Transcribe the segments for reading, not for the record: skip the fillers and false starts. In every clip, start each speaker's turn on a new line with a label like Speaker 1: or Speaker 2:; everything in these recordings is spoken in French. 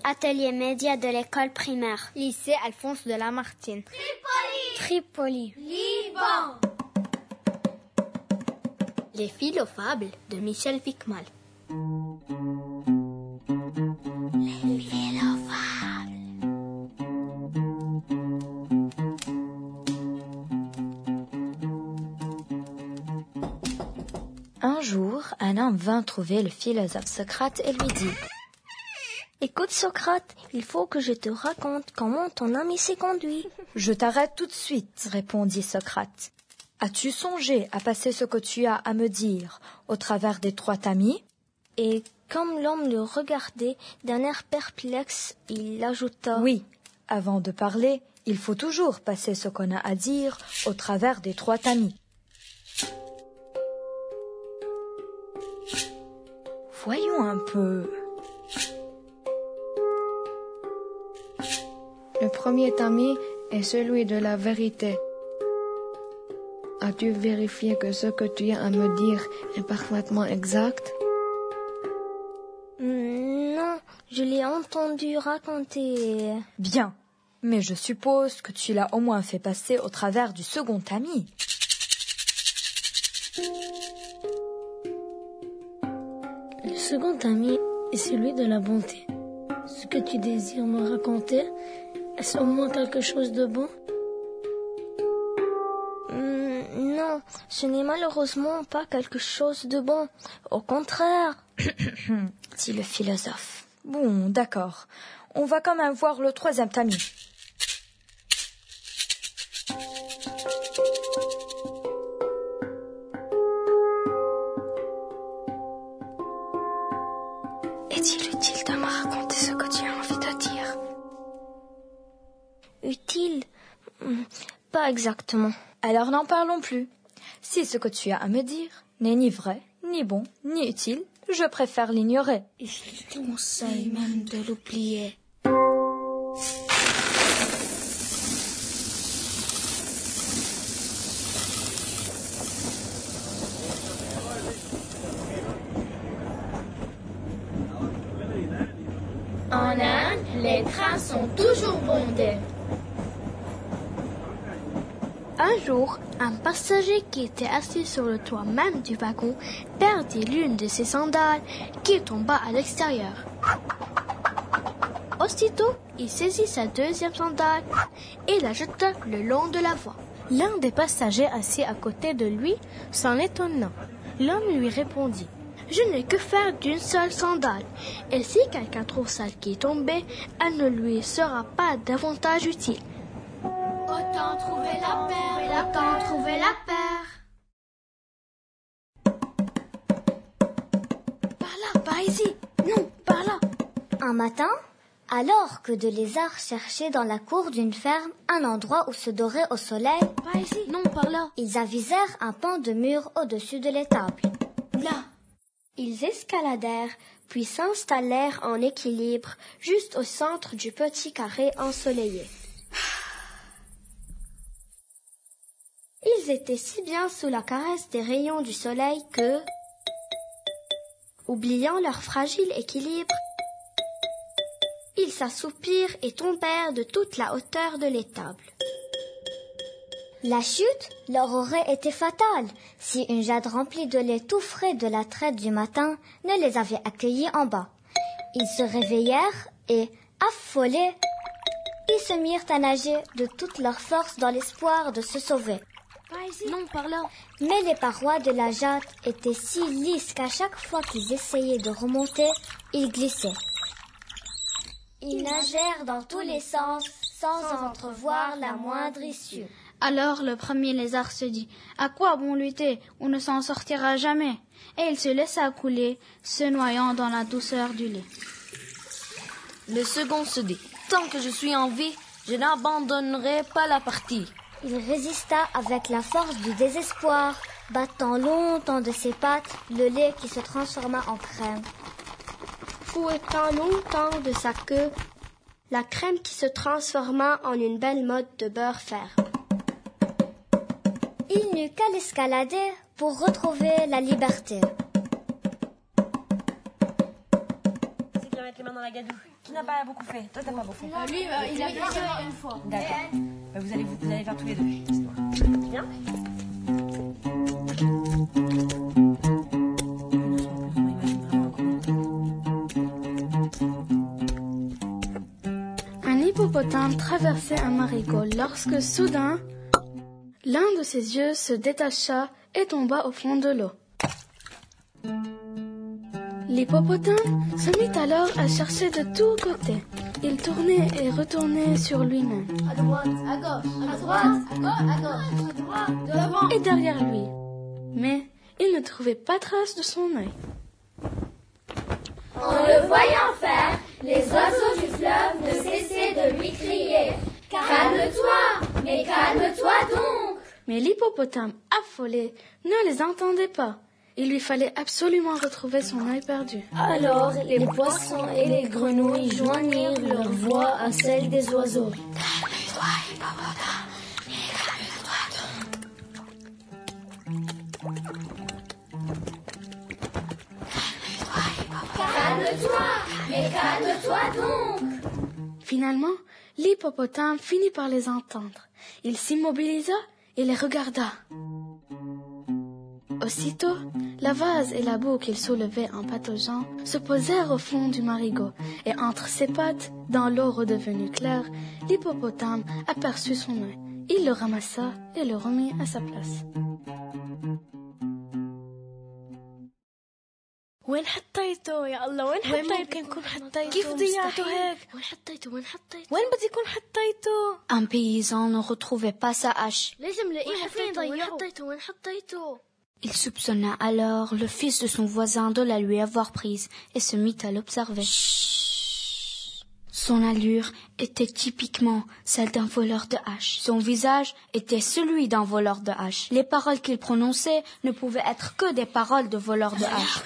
Speaker 1: Atelier média de l'école primaire.
Speaker 2: Lycée Alphonse de Lamartine.
Speaker 1: Tripoli.
Speaker 2: Liban. Les Philofables de Michel Vicmal.
Speaker 1: Les Philofables.
Speaker 3: Un jour, un homme vint trouver le philosophe Socrate et lui dit:
Speaker 4: Écoute Socrate, il faut que je te raconte comment ton ami s'est conduit.
Speaker 3: Je t'arrête tout de suite, répondit Socrate. As-tu songé à passer ce que tu as à me dire au travers des trois tamis?
Speaker 4: Et comme l'homme le regardait d'un air perplexe, il ajouta:
Speaker 3: Oui, avant de parler, il faut toujours passer ce qu'on a à dire au travers des trois tamis. Voyons un peu.
Speaker 5: Le premier tamis est celui de la vérité. As-tu vérifié que ce que tu as à me dire est parfaitement exact?
Speaker 4: Non, je l'ai entendu raconter.
Speaker 3: Bien, mais je suppose que tu l'as au moins fait passer au travers du second tamis.
Speaker 4: Le second ami est celui de la bonté. Ce que tu désires me raconter, est-ce au moins quelque chose de bon? Non, ce n'est malheureusement pas quelque chose de bon. Au contraire,
Speaker 3: dit le philosophe. Bon, d'accord. On va quand même voir le troisième tamis.
Speaker 4: Est-il utile de me raconter ce que tu as envie de dire? Utile? Pas exactement.
Speaker 3: Alors n'en parlons plus. Si ce que tu as à me dire n'est ni vrai, ni bon, ni utile, je préfère l'ignorer.
Speaker 4: Je te conseille même de l'oublier.
Speaker 2: En Inde, les trains sont toujours bondés.
Speaker 1: Un jour, un passager qui était assis sur le toit même du wagon perdit l'une de ses sandales qui tomba à l'extérieur. Aussitôt, il saisit sa deuxième sandale et la jeta le long de la voie. L'un des passagers assis à côté de lui s'en étonna. L'homme lui répondit: « Je n'ai que faire d'une seule sandale, et si quelqu'un trouve celle qui est tombée, elle ne lui sera pas davantage utile. »
Speaker 2: Autant trouver la paire, autant trouver la paire.
Speaker 1: Par là, par ici. Non, par là.
Speaker 6: Un matin, alors que deux lézards cherchaient dans la cour d'une ferme un endroit où se dorer au soleil,
Speaker 1: Par ici. Non, par là.
Speaker 6: ils avisèrent un pan de mur au-dessus de l'étable.
Speaker 1: Là.
Speaker 4: Ils escaladèrent, puis s'installèrent en équilibre juste au centre du petit carré ensoleillé. Ils étaient si bien sous la caresse des rayons du soleil que, oubliant leur fragile équilibre, ils s'assoupirent et tombèrent de toute la hauteur de l'étable.
Speaker 6: La chute leur aurait été fatale si une jade remplie de lait tout frais de la traite du matin ne les avait accueillis en bas. Ils se réveillèrent et, affolés, ils se mirent à nager de toute leur force dans l'espoir de se sauver.
Speaker 1: Par ici. Non, par là.
Speaker 6: Mais les parois de la jade étaient si lisses qu'à chaque fois qu'ils essayaient de remonter, ils glissaient. Ils nagèrent dans tous les sens sans entrevoir la moindre issue.
Speaker 1: Alors le premier lézard se dit: « À quoi bon lutter? On ne s'en sortira jamais. » Et il se laissa couler, se noyant dans la douceur du lait.
Speaker 7: Le second se dit: « Tant que je suis en vie, je n'abandonnerai pas la partie. »
Speaker 6: Il résista avec la force du désespoir, battant longtemps de ses pattes le lait qui se transforma en crème.
Speaker 4: Fouettant longtemps de sa queue la crème qui se transforma en une belle mode de beurre ferme.
Speaker 6: Il n'eut qu'à l'escalader pour retrouver la liberté.
Speaker 8: mettre les mains dans la gadoue. Qui n'a pas beaucoup fait? Toi, t'as pas beaucoup fait.
Speaker 2: Lui, il a fait une fois.
Speaker 8: D'accord. Vous allez faire tous les deux. Bien.
Speaker 1: Un hippopotame traversait un marigot lorsque soudain, l'un de ses yeux se détacha et tomba au fond de l'eau. L'hippopotame se mit alors à chercher de tous côtés. Il tournait et retournait sur lui-même.
Speaker 2: À droite, à gauche, à droite, à gauche, à gauche, à droite, devant.
Speaker 1: Et derrière lui. Mais il ne trouvait pas trace de son œil.
Speaker 2: En le voyant faire, les oiseaux du fleuve ne cessaient de lui crier « Calme-toi, mais calme-toi donc !»
Speaker 1: Mais l'hippopotame, affolé, ne les entendait pas. Il lui fallait absolument retrouver son œil perdu.
Speaker 4: Alors les poissons et les grenouilles joignirent leur voix à celle des oiseaux.
Speaker 1: Calme-toi, hippopotame, mais calme-toi donc.
Speaker 2: Calme-toi, mais calme-toi donc.
Speaker 1: Finalement, l'hippopotame finit par les entendre. Il s'immobilisa et les regarda. Aussitôt, la vase et la boue qu'il soulevait en pataugeant se posèrent au fond du marigot, et entre ses pattes, dans l'eau redevenue claire, l'hippopotame aperçut son œil. Il le ramassa et le remit à sa place.
Speaker 9: وين حطيته يا الله؟ وين حطيته؟ ممكن حطيته؟ كيف ضيعته هيك؟ وين حطيته؟ وين بدي يكون حطيته؟
Speaker 3: Un paysan ne retrouvait pas sa hache.
Speaker 1: لازم لاقيه فين ضيعه.
Speaker 9: وين حطيته؟
Speaker 3: Il soupçonna alors le fils de son voisin de la lui avoir prise et se mit à l'observer. Son allure était typiquement celle d'un voleur de hache. Son visage était celui d'un voleur de hache. Les paroles qu'il prononçait ne pouvaient être que des paroles de voleur de hache.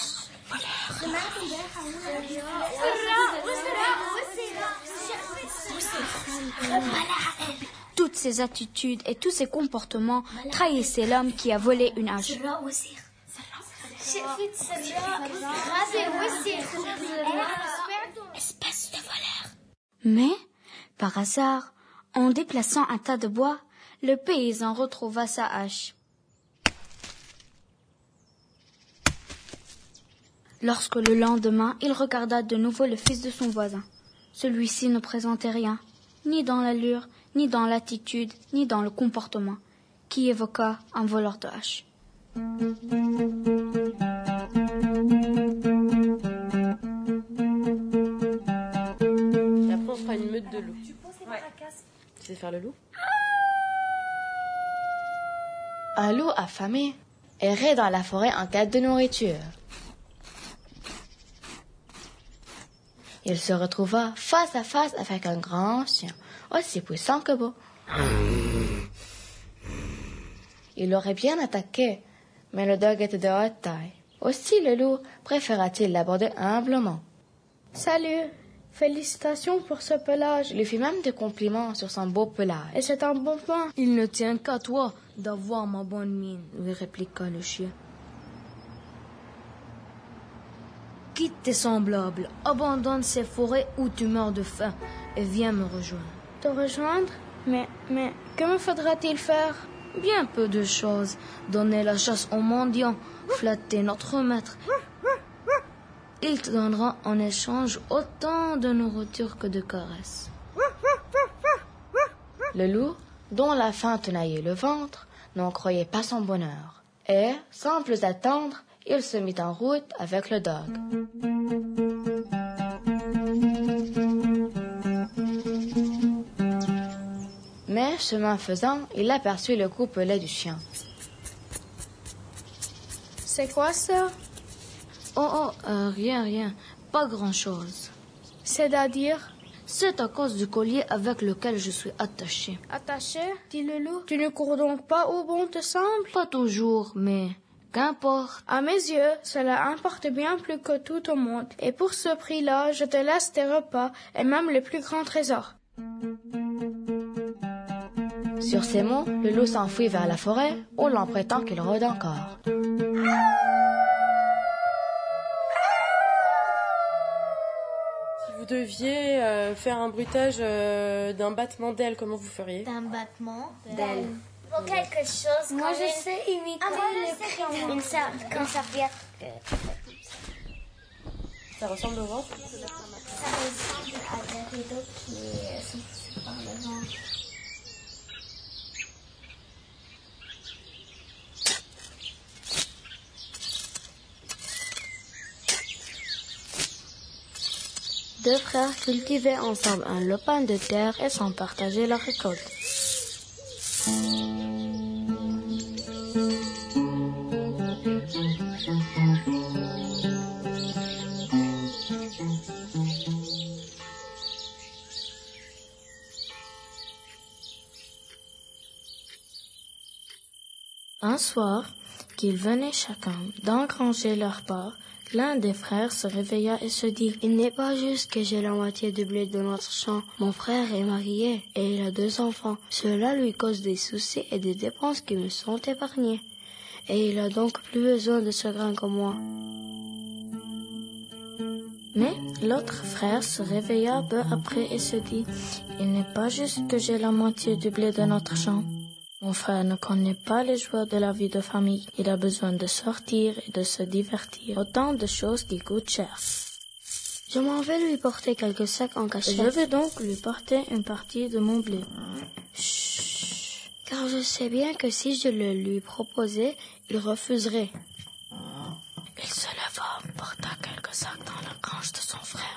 Speaker 3: Toutes ces attitudes et tous ces comportements trahissaient l'homme qui a volé une hache. Espèce de voleur. Mais, par hasard, en déplaçant un tas de bois, le paysan retrouva sa hache. Lorsque le lendemain, il regarda de nouveau le fils de son voisin, celui-ci ne présentait rien, ni dans l'allure, ni dans l'attitude, ni dans le comportement, qui évoqua un voleur de hache.
Speaker 8: Et après, on fera une meute de loups. Tu sais faire le loup?
Speaker 10: Un loup affamé errait dans la forêt en quête de nourriture. Il se retrouva face à face avec un grand chien, aussi puissant que beau. Il l'aurait bien attaqué, mais le dog était de haute taille. Aussi le loup préféra-t-il l'aborder humblement.
Speaker 1: Salut, félicitations pour ce pelage.
Speaker 10: Il lui fit même des compliments sur son beau pelage.
Speaker 1: Et c'est un bon pain.
Speaker 7: Il ne tient qu'à toi d'avoir ma bonne mine, lui répliqua le chien. Quitte tes semblables, abandonne ces forêts où tu meurs de faim et viens me rejoindre.
Speaker 1: Te rejoindre? Mais que me faudra-t-il faire?
Speaker 7: Bien peu de choses. Donner la chasse aux mendiants, flatter notre maître. Il te donnera en échange autant de nourriture que de caresses.
Speaker 10: Le loup, dont la faim tenaillait le ventre, n'en croyait pas son bonheur. Et, sans plus attendre, il se mit en route avec le dog. Mais, chemin faisant, il aperçut le coupelet du chien.
Speaker 1: C'est quoi ça?
Speaker 7: Rien, pas grand-chose.
Speaker 1: C'est-à-dire?
Speaker 7: C'est à cause du collier avec lequel je suis attaché.
Speaker 1: Attaché? Dit le loup. Tu ne cours donc pas où bon te semble?
Speaker 7: Pas toujours, mais qu'importe.
Speaker 1: À mes yeux, cela importe bien plus que tout au monde. Et pour ce prix-là, je te laisse tes repas et même les plus grands trésors.
Speaker 10: Sur ces mots, le loup s'enfuit vers la forêt, où l'on prétend qu'il rôde encore.
Speaker 8: vous deviez faire un bruitage d'un battement d'aile, comment vous feriez?
Speaker 6: D'un battement
Speaker 8: d'aile.
Speaker 6: Pour quelque chose.
Speaker 4: Moi, je sais imiter
Speaker 6: une serviette.
Speaker 8: Ça ressemble au ventre?
Speaker 6: Ça ressemble à des rideaux qui sont poussés par le vent.
Speaker 10: Deux frères cultivaient ensemble un lopin de terre et s'en partageaient la récolte. Un soir, qu'ils venaient chacun d'engranger leur part, l'un des frères se réveilla et se dit: « Il n'est pas juste que j'ai la moitié du blé de notre champ. Mon frère est marié et il a 2 enfants. Cela lui cause des soucis et des dépenses qui me sont épargnées. Et il a donc plus besoin de ce grain que moi. » Mais l'autre frère se réveilla peu après et se dit: « Il n'est pas juste que j'ai la moitié du blé de notre champ. Mon frère ne connaît pas les joies de la vie de famille. Il a besoin de sortir et de se divertir. Autant de choses qui coûtent cher. Je m'en vais lui porter quelques sacs en cachette. Je vais donc lui porter une partie de mon blé. Chut, car je sais bien que si je le lui proposais, il refuserait. » Il se leva, porta quelques sacs dans la grange de son frère.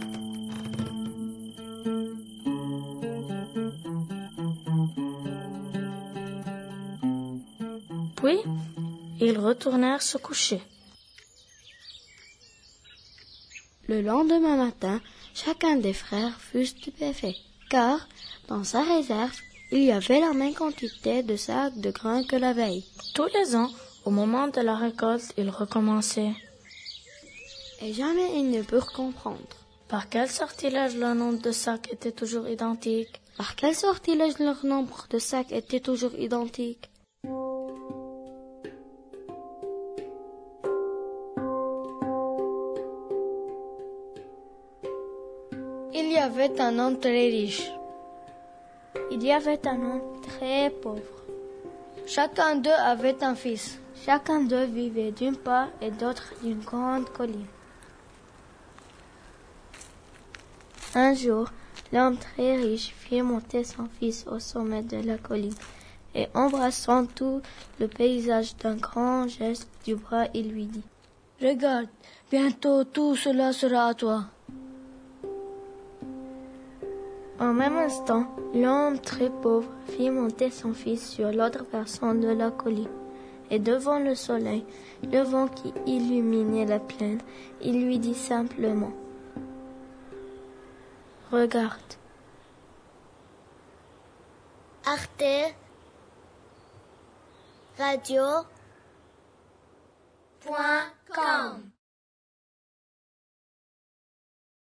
Speaker 10: Puis, ils retournèrent se coucher. Le lendemain matin, chacun des frères fut stupéfait, car, dans sa réserve, il y avait la même quantité de sacs de grains que la veille. Tous les ans, au moment de la récolte, ils recommençaient. Et jamais ils ne purent comprendre. Par quel sortilège leur nombre de sacs était toujours identique? Par quel sortilège leur nombre de sacs était toujours identique? Il y avait un homme très riche. Il y avait un homme très pauvre. Chacun d'eux avait un fils. Chacun d'eux vivait d'une part et d'autre d'une grande colline. Un jour, l'homme très riche fit monter son fils au sommet de la colline et, embrassant tout le paysage d'un grand geste du bras, il lui dit: « Regarde, bientôt tout cela sera à toi. » En même instant, l'homme très pauvre fit monter son fils sur l'autre versant de la colline. Et devant le soleil, le vent qui illuminait la plaine, il lui dit simplement: « Regarde. »
Speaker 6: Arte Radio.com